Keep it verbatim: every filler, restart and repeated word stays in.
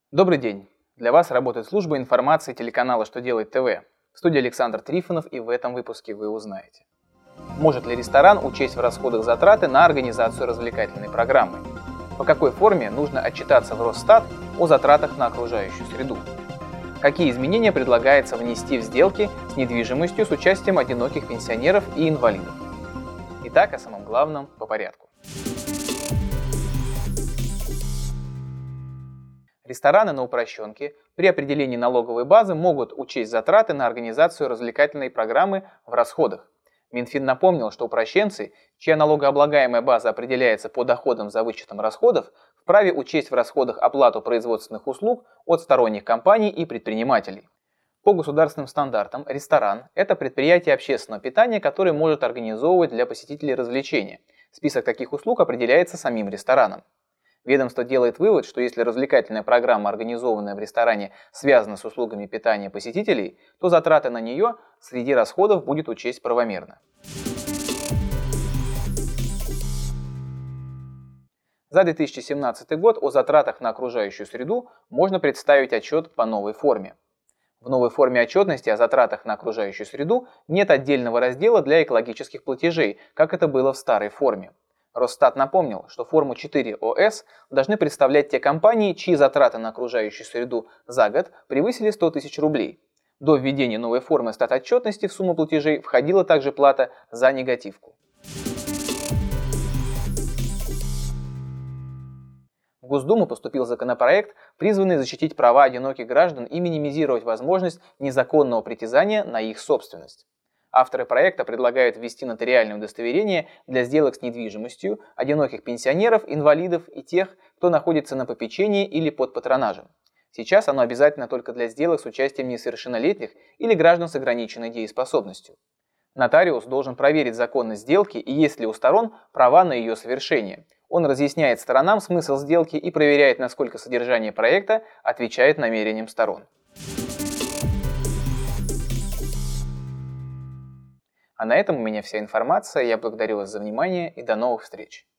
Добрый день! Для вас работает служба информации телеканала «Что делает ТВ». В студии Александр Трифонов, и в этом выпуске вы узнаете: может ли ресторан учесть в расходах затраты на организацию развлекательной программы? По какой форме нужно отчитаться в Росстат о затратах на окружающую среду? Какие изменения предлагается внести в сделки с недвижимостью с участием одиноких пенсионеров и инвалидов? Итак, о самом главном по порядку. Рестораны на упрощенке при определении налоговой базы могут учесть затраты на организацию развлекательной программы в расходах. Минфин напомнил, что упрощенцы, чья налогооблагаемая база определяется по доходам за вычетом расходов, вправе учесть в расходах оплату производственных услуг от сторонних компаний и предпринимателей. По государственным стандартам ресторан – это предприятие общественного питания, которое может организовывать для посетителей развлечения. Список таких услуг определяется самим рестораном. Ведомство делает вывод, что если развлекательная программа, организованная в ресторане, связана с услугами питания посетителей, то затраты на нее среди расходов будет учесть правомерно. За две тысячи семнадцатый год о затратах на окружающую среду можно представить отчет по новой форме. В новой форме отчетности о затратах на окружающую среду нет отдельного раздела для экологических платежей, как это было в старой форме. Росстат напомнил, что форму четыре О С должны представлять те компании, чьи затраты на окружающую среду за год превысили сто тысяч рублей. До введения новой формы статотчетности в сумму платежей входила также плата за негативку. В Госдуму поступил законопроект, призванный защитить права одиноких граждан и минимизировать возможность незаконного притязания на их собственность. Авторы проекта предлагают ввести нотариальное удостоверение для сделок с недвижимостью одиноких пенсионеров, инвалидов и тех, кто находится на попечении или под патронажем. Сейчас оно обязательно только для сделок с участием несовершеннолетних или граждан с ограниченной дееспособностью. Нотариус должен проверить законность сделки и есть ли у сторон права на ее совершение. Он разъясняет сторонам смысл сделки и проверяет, насколько содержание проекта отвечает намерениям сторон. А на этом у меня вся информация. Я благодарю вас за внимание и до новых встреч.